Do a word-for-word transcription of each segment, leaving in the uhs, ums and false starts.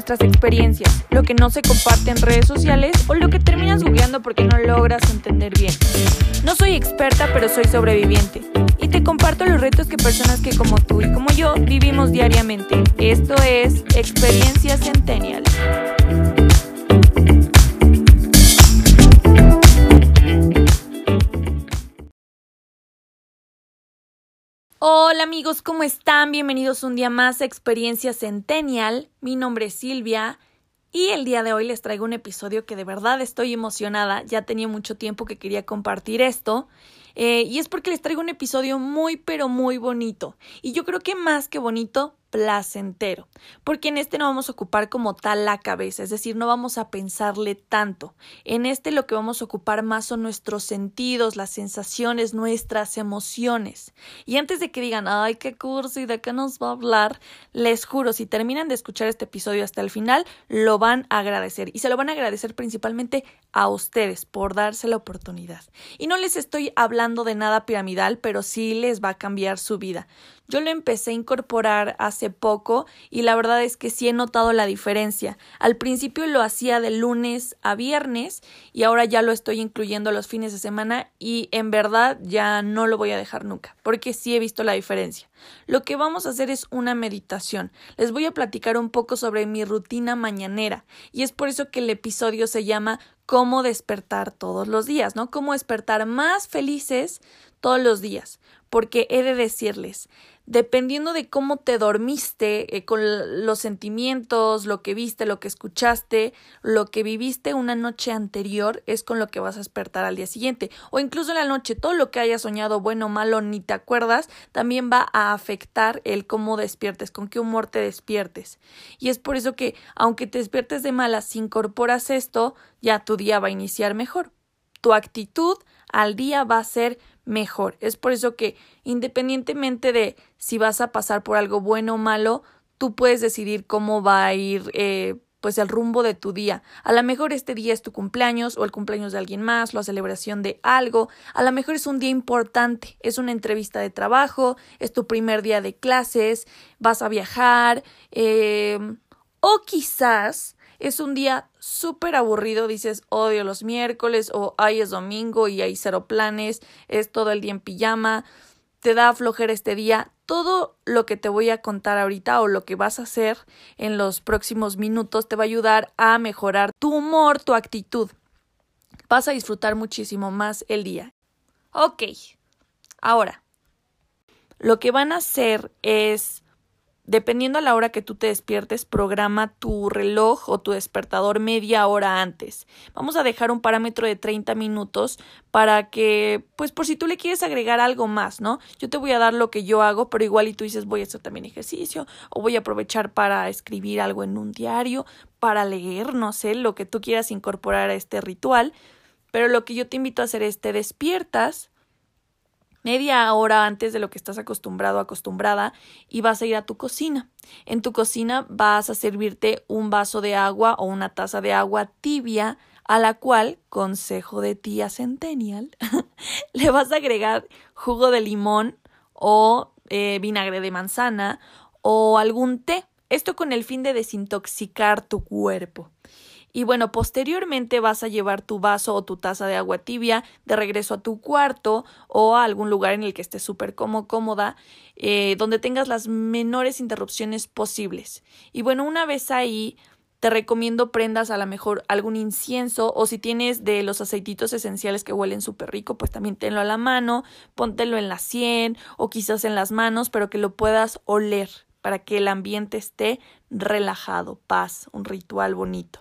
nuestras experiencias, lo que no se comparte en redes sociales o lo que terminas googleando porque no logras entender bien. No soy experta, pero soy sobreviviente y te comparto los retos que personas que como tú y como yo vivimos diariamente. Esto es Experiencia Centennial. Hola amigos, ¿cómo están? Bienvenidos un día más a Experiencia Centennial. Mi nombre es Silvia y el día de hoy les traigo un episodio que de verdad estoy emocionada. Ya tenía mucho tiempo que quería compartir esto eh, y es porque les traigo un episodio muy pero muy bonito. Y yo creo que más que bonito, placentero, porque en este no vamos a ocupar como tal la cabeza, es decir, no vamos a pensarle tanto. En este lo que vamos a ocupar más son nuestros sentidos, las sensaciones, nuestras emociones. Y antes de que digan, ay, qué cursi, ¿de qué nos va a hablar? Les juro, si terminan de escuchar este episodio hasta el final, lo van a agradecer. Y se lo van a agradecer principalmente a ustedes por darse la oportunidad. Y no les estoy hablando de nada piramidal, pero sí les va a cambiar su vida. Yo lo empecé a incorporar hace poco y la verdad es que sí he notado la diferencia. Al principio lo hacía de lunes a viernes y ahora ya lo estoy incluyendo los fines de semana y en verdad ya no lo voy a dejar nunca porque sí he visto la diferencia. Lo que vamos a hacer es una meditación. Les voy a platicar un poco sobre mi rutina mañanera y es por eso que el episodio se llama Cómo despertar todos los días, ¿no? Cómo despertar más felices todos los días. Porque he de decirles, dependiendo de cómo te dormiste, eh, con los sentimientos, lo que viste, lo que escuchaste, lo que viviste una noche anterior, es con lo que vas a despertar al día siguiente. O incluso en la noche, todo lo que hayas soñado, bueno o malo, ni te acuerdas, también va a afectar el cómo despiertes, con qué humor te despiertes. Y es por eso que, aunque te despiertes de malas, si incorporas esto, ya tu día va a iniciar mejor. Tu actitud al día va a ser mejor. Es por eso que independientemente de si vas a pasar por algo bueno o malo, tú puedes decidir cómo va a ir eh, pues el rumbo de tu día. A lo mejor este día es tu cumpleaños o el cumpleaños de alguien más, la celebración de algo. A lo mejor es un día importante, es una entrevista de trabajo, es tu primer día de clases, vas a viajar eh, o quizás es un día súper aburrido, dices odio los miércoles o ay es domingo y hay cero planes, es todo el día en pijama, te da flojera este día. Todo lo que te voy a contar ahorita o lo que vas a hacer en los próximos minutos te va a ayudar a mejorar tu humor, tu actitud. Vas a disfrutar muchísimo más el día. Ok, ahora, lo que van a hacer es, dependiendo a la hora que tú te despiertes, programa tu reloj o tu despertador media hora antes. Vamos a dejar un parámetro de treinta minutos para que, pues por si tú le quieres agregar algo más, ¿no? Yo te voy a dar lo que yo hago, pero igual y tú dices voy a hacer también ejercicio o voy a aprovechar para escribir algo en un diario, para leer, no sé, lo que tú quieras incorporar a este ritual. Pero lo que yo te invito a hacer es te despiertas media hora antes de lo que estás acostumbrado o acostumbrada y vas a ir a tu cocina. En tu cocina vas a servirte un vaso de agua o una taza de agua tibia a la cual, consejo de tía Centennial, le vas a agregar jugo de limón o eh, vinagre de manzana o algún té. Esto con el fin de desintoxicar tu cuerpo. Y bueno, posteriormente vas a llevar tu vaso o tu taza de agua tibia de regreso a tu cuarto o a algún lugar en el que estés súper cómodo, cómoda, eh, donde tengas las menores interrupciones posibles. Y bueno, una vez ahí, te recomiendo prendas a lo mejor algún incienso o si tienes de los aceititos esenciales que huelen súper rico, pues también tenlo a la mano, póntelo en la sien o quizás en las manos, pero que lo puedas oler para que el ambiente esté relajado, paz, un ritual bonito.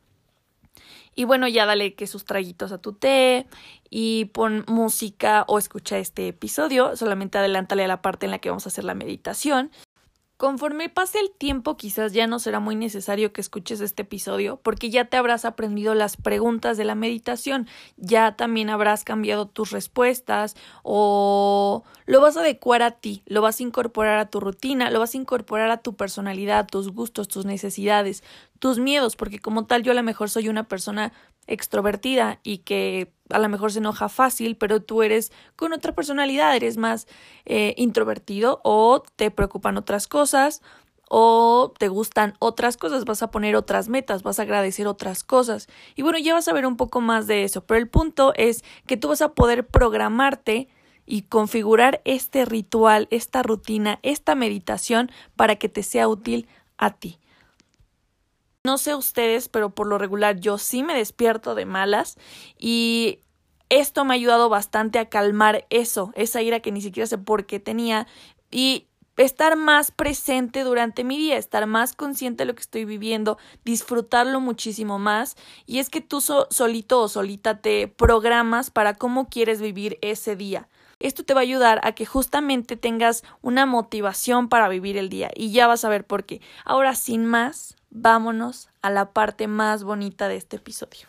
Y bueno, ya dale que sus traguitos a tu té y pon música o escucha este episodio. Solamente adelántale a la parte en la que vamos a hacer la meditación. Conforme pase el tiempo, quizás ya no será muy necesario que escuches este episodio porque ya te habrás aprendido las preguntas de la meditación, ya también habrás cambiado tus respuestas o lo vas a adecuar a ti, lo vas a incorporar a tu rutina, lo vas a incorporar a tu personalidad, tus gustos, tus necesidades, tus miedos, porque como tal yo a lo mejor soy una persona extrovertida y que a lo mejor se enoja fácil, pero tú eres con otra personalidad, eres más eh, introvertido o te preocupan otras cosas o te gustan otras cosas, vas a poner otras metas, vas a agradecer otras cosas. Y bueno, ya vas a ver un poco más de eso, pero el punto es que tú vas a poder programarte y configurar este ritual, esta rutina, esta meditación para que te sea útil a ti. No sé ustedes, pero por lo regular yo sí me despierto de malas y esto me ha ayudado bastante a calmar eso, esa ira que ni siquiera sé por qué tenía y estar más presente durante mi día, estar más consciente de lo que estoy viviendo, disfrutarlo muchísimo más. Y es que tú so- solito o solita te programas para cómo quieres vivir ese día. Esto te va a ayudar a que justamente tengas una motivación para vivir el día y ya vas a ver por qué. Ahora, sin más, vámonos a la parte más bonita de este episodio.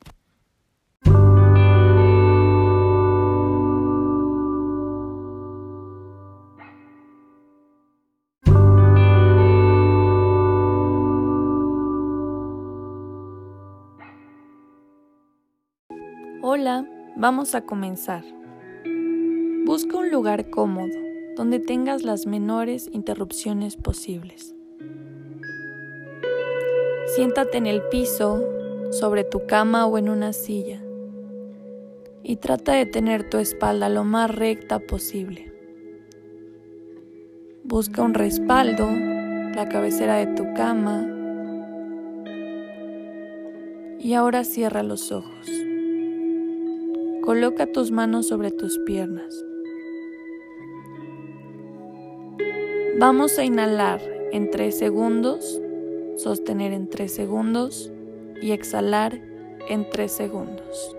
Hola, vamos a comenzar. Busca un lugar cómodo, donde tengas las menores interrupciones posibles. Siéntate en el piso, sobre tu cama o en una silla, y trata de tener tu espalda lo más recta posible. Busca un respaldo, la cabecera de tu cama, y ahora cierra los ojos. Coloca tus manos sobre tus piernas. Vamos a inhalar en tres segundos, sostener en tres segundos y exhalar en tres segundos.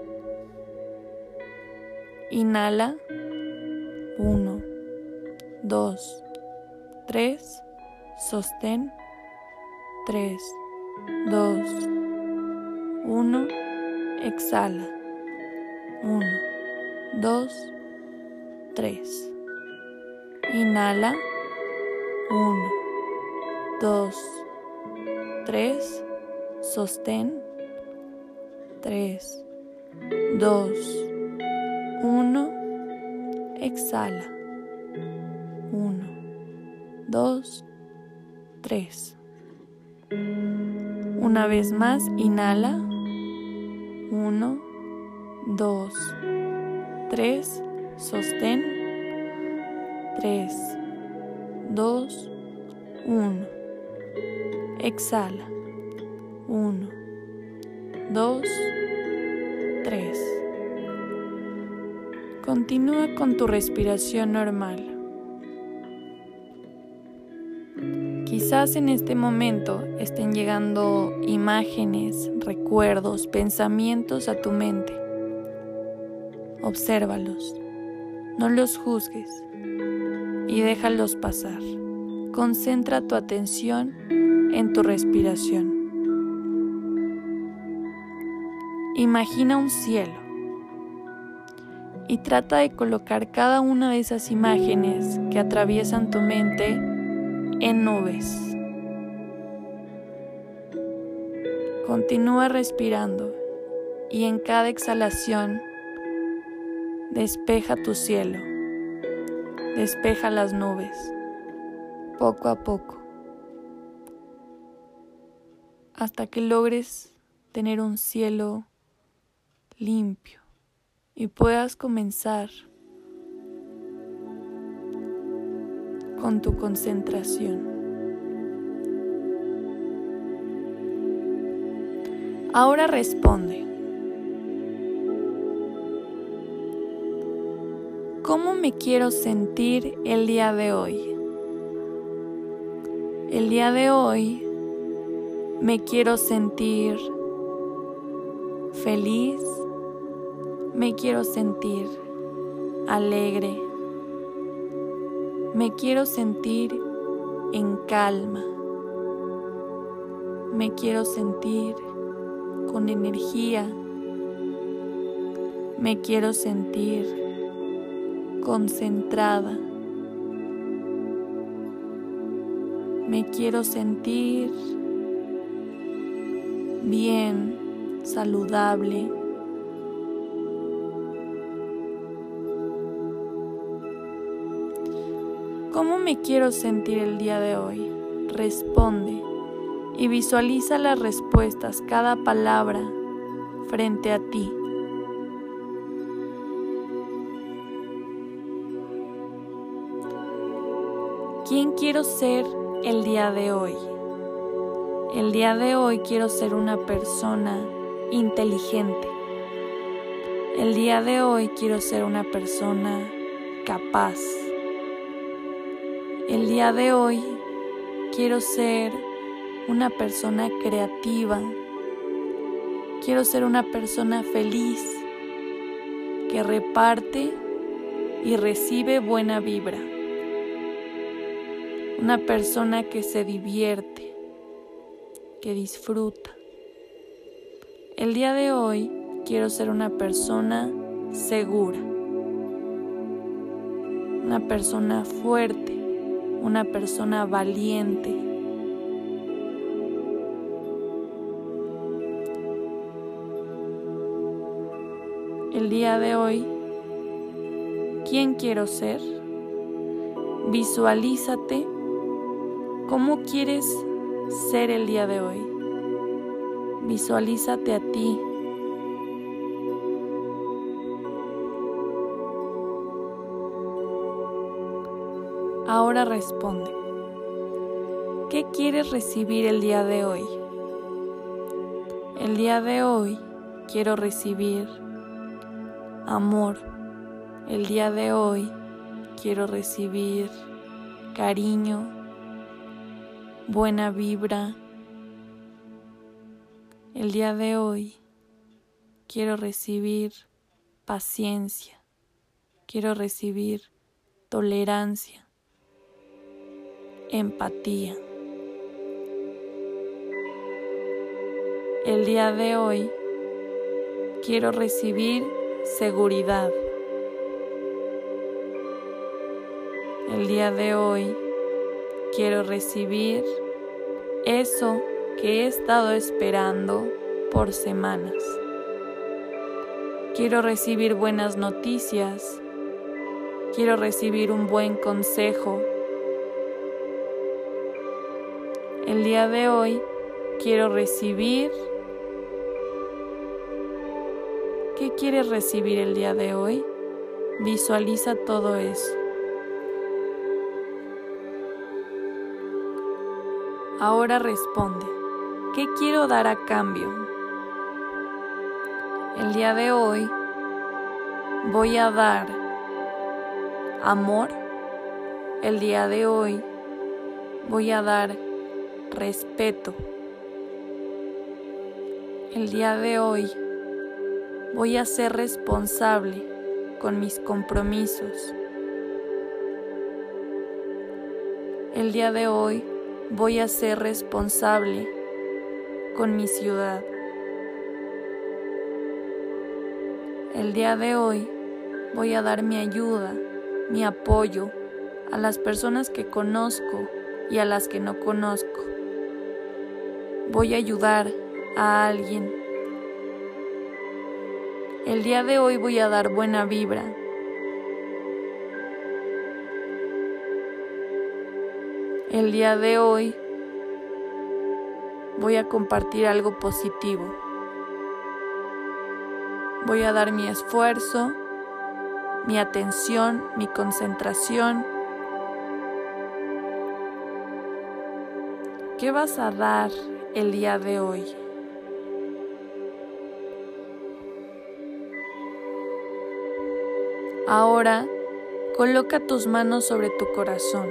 Inhala, uno, dos, tres, sostén, tres, dos, uno, exhala, uno, dos, tres. Inhala, uno, dos, tres, sostén, tres, dos, uno, exhala, uno, dos, tres. Una vez más, inhala, uno, dos, tres, sostén, tres, dos, uno, exhala, uno, dos, tres. Continúa con tu respiración normal. Quizás en este momento estén llegando imágenes, recuerdos, pensamientos a tu mente. Obsérvalos, no los juzgues y déjalos pasar. Concentra tu atención en tu respiración. Imagina un cielo y trata de colocar cada una de esas imágenes que atraviesan tu mente en nubes. Continúa respirando y en cada exhalación despeja tu cielo, despeja las nubes, poco a poco, hasta que logres tener un cielo limpio y puedas comenzar con tu concentración. Ahora responde. ¿Cómo me quiero sentir el día de hoy? El día de hoy me quiero sentir feliz, me quiero sentir alegre, me quiero sentir en calma, me quiero sentir con energía, me quiero sentir concentrada, me quiero sentir bien, saludable. ¿Cómo me quiero sentir el día de hoy? responde y visualiza las respuestas, cada palabra frente a ti. ¿Quién quiero ser el día de hoy? El día de hoy quiero ser una persona inteligente. El día de hoy quiero ser una persona capaz. El día de hoy quiero ser una persona creativa. Quiero ser una persona feliz que reparte y recibe buena vibra. Una persona que se divierte, que disfruta. El día de hoy quiero ser una persona segura, una persona fuerte, una persona valiente. El día de hoy, ¿quién quiero ser? Visualízate cómo quieres ser el día de hoy. Visualízate a ti. Ahora responde. ¿Qué quieres recibir el día de hoy? El día de hoy quiero recibir amor. El día de hoy quiero recibir cariño, buena vibra. El día de hoy quiero recibir paciencia. Quiero recibir tolerancia, empatía. El día de hoy quiero recibir seguridad. El día de hoy quiero recibir eso que he estado esperando por semanas. Quiero recibir buenas noticias. Quiero recibir un buen consejo. El día de hoy quiero recibir. ¿Qué quieres recibir el día de hoy? Visualiza todo eso. Ahora responde. ¿Qué quiero dar a cambio? El día de hoy voy a dar amor. El día de hoy voy a dar respeto. El día de hoy voy a ser responsable con mis compromisos. El día de hoy voy a ser responsable con mi ciudad. El día de hoy voy a dar mi ayuda, mi apoyo a las personas que conozco y a las que no conozco. Voy a ayudar a alguien. El día de hoy voy a dar buena vibra. El día de hoy voy a compartir algo positivo. Voy a dar mi esfuerzo, mi atención, mi concentración. ¿Qué vas a dar el día de hoy? Ahora, coloca tus manos sobre tu corazón.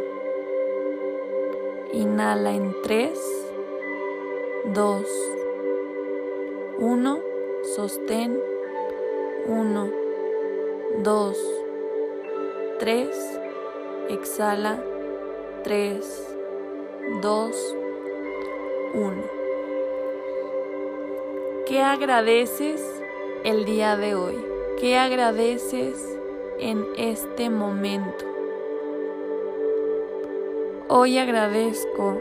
Inhala en tres, dos, uno, sostén, uno, dos, tres, exhala, tres, dos, uno. ¿Qué agradeces el día de hoy? ¿Qué agradeces en este momento? Hoy agradezco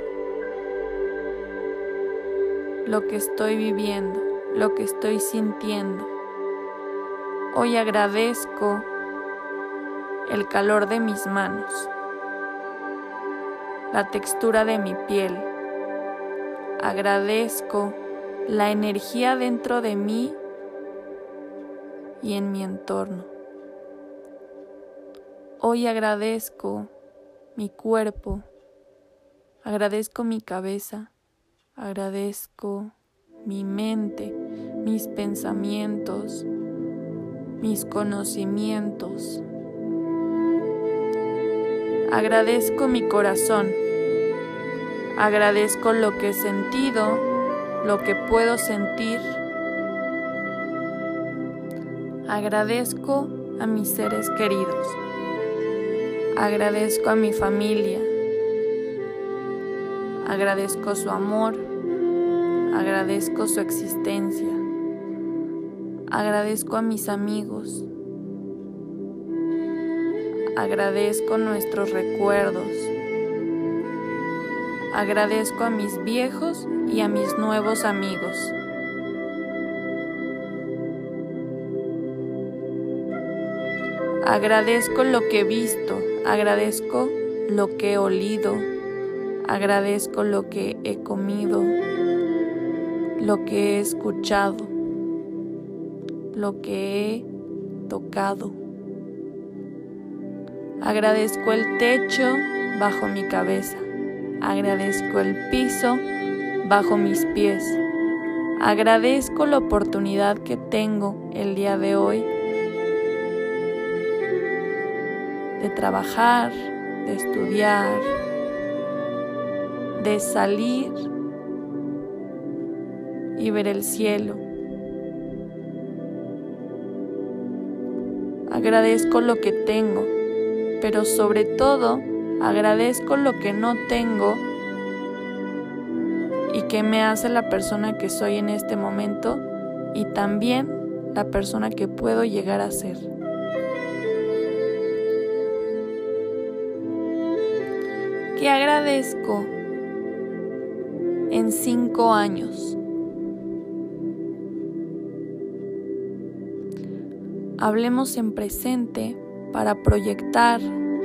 lo que estoy viviendo, lo que estoy sintiendo. Hoy agradezco el calor de mis manos. la textura de mi piel. Agradezco la energía dentro de mí y en mi entorno. Hoy agradezco mi cuerpo, agradezco mi cabeza, agradezco mi mente, mis pensamientos, mis conocimientos. Agradezco mi corazón, agradezco lo que he sentido, lo que puedo sentir. Agradezco a mis seres queridos, agradezco a mi familia, agradezco su amor, agradezco su existencia, agradezco a mis amigos, agradezco nuestros recuerdos, agradezco a mis viejos y a mis nuevos amigos. Agradezco lo que he visto, agradezco lo que he olido, agradezco lo que he comido, lo que he escuchado, lo que he tocado. Agradezco el techo bajo mi cabeza, agradezco el piso bajo mis pies, agradezco la oportunidad que tengo el día de hoy de trabajar, de estudiar, de salir y ver el cielo. Agradezco lo que tengo, pero sobre todo agradezco lo que no tengo y que me hace la persona que soy en este momento y también la persona que puedo llegar a ser. ¿Qué agradezco en cinco años? Hablemos en presente para proyectar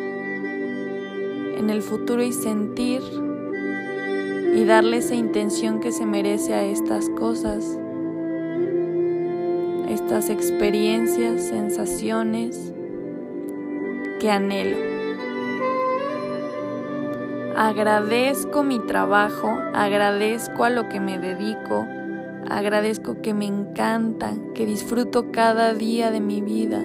en el futuro y sentir y darle esa intención que se merece a estas cosas, a estas experiencias, sensaciones que anhelo. Agradezco mi trabajo, agradezco a lo que me dedico, agradezco que me encanta, que disfruto cada día de mi vida.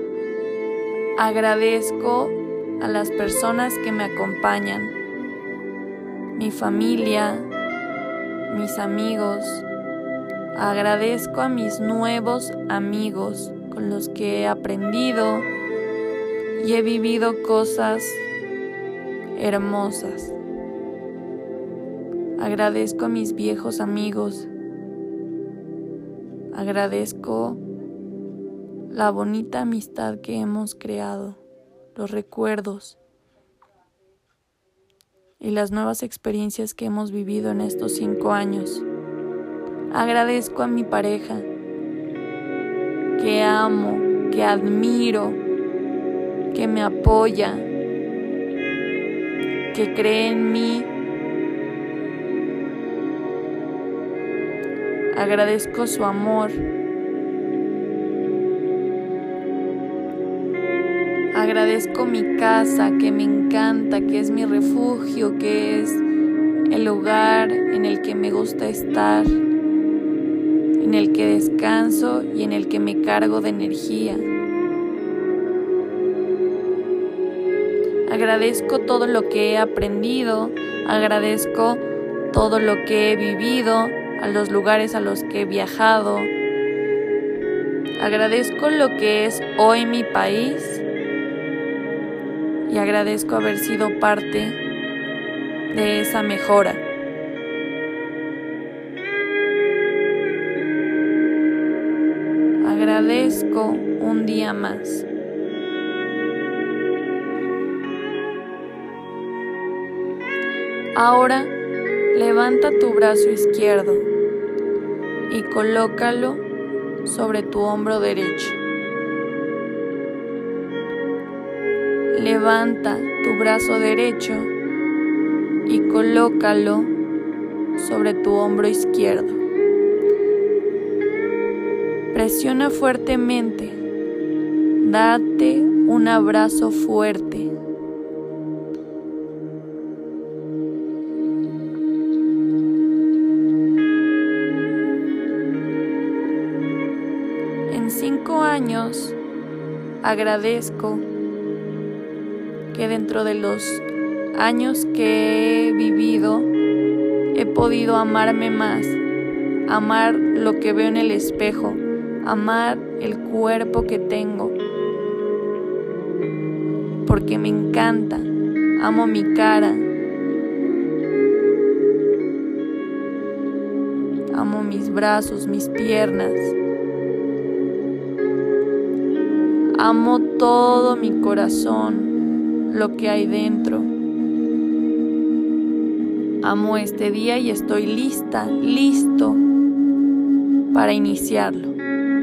Agradezco a las personas que me acompañan, mi familia, mis amigos. Agradezco a mis nuevos amigos con los que he aprendido y he vivido cosas hermosas. Agradezco a mis viejos amigos. Agradezco la bonita amistad que hemos creado, los recuerdos y las nuevas experiencias que hemos vivido en estos cinco años. Agradezco a mi pareja, que amo, que admiro, que me apoya, que cree en mí. Agradezco su amor. Agradezco mi casa, que me encanta, que es mi refugio, que es el lugar en el que me gusta estar, en el que descanso y en el que me cargo de energía. Agradezco todo lo que he aprendido, agradezco todo lo que he vivido, a los lugares a los que he viajado. Agradezco lo que es hoy mi país y agradezco haber sido parte de esa mejora. Agradezco un día más. Ahora levanta tu brazo izquierdo y colócalo sobre tu hombro derecho. Levanta tu brazo derecho y colócalo sobre tu hombro izquierdo. Presiona fuertemente. Date un abrazo fuerte. En cinco años, agradezco que dentro de los años que he vivido, he podido amarme más, amar lo que veo en el espejo, amar el cuerpo que tengo, porque me encanta, amo mi cara, amo mis brazos, mis piernas, amo todo mi corazón, lo que hay dentro. Amo este día y estoy lista, listo para iniciarlo.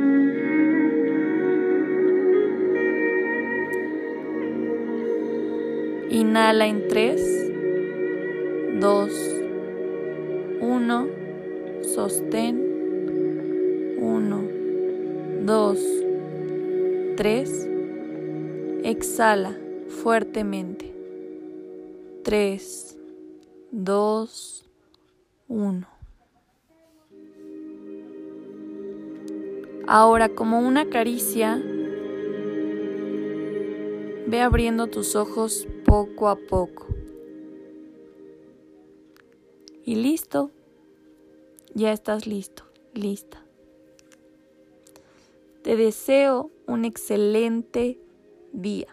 Inhala en tres, dos, uno, sostén, uno, dos, tres, exhala fuertemente, tres, dos, uno. Ahora, como una caricia, ve abriendo tus ojos poco a poco. Y listo, ya estás listo, lista. Te deseo un excelente día.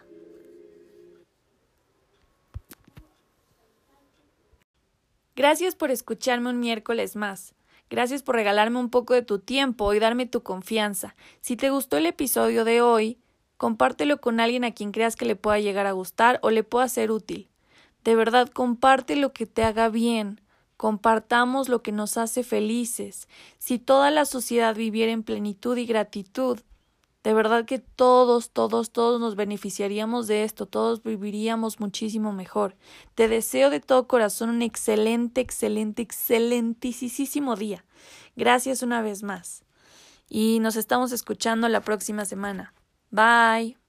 Gracias por escucharme un miércoles más. Gracias por regalarme un poco de tu tiempo y darme tu confianza. Si te gustó el episodio de hoy, compártelo con alguien a quien creas que le pueda llegar a gustar o le pueda ser útil. De verdad, comparte lo que te haga bien. Compartamos lo que nos hace felices. Si toda la sociedad viviera en plenitud y gratitud, de verdad que todos, todos, todos nos beneficiaríamos de esto, todos viviríamos muchísimo mejor. Te deseo de todo corazón un excelente, excelente, excelentísimo día. Gracias una vez más. Y nos estamos escuchando la próxima semana. Bye.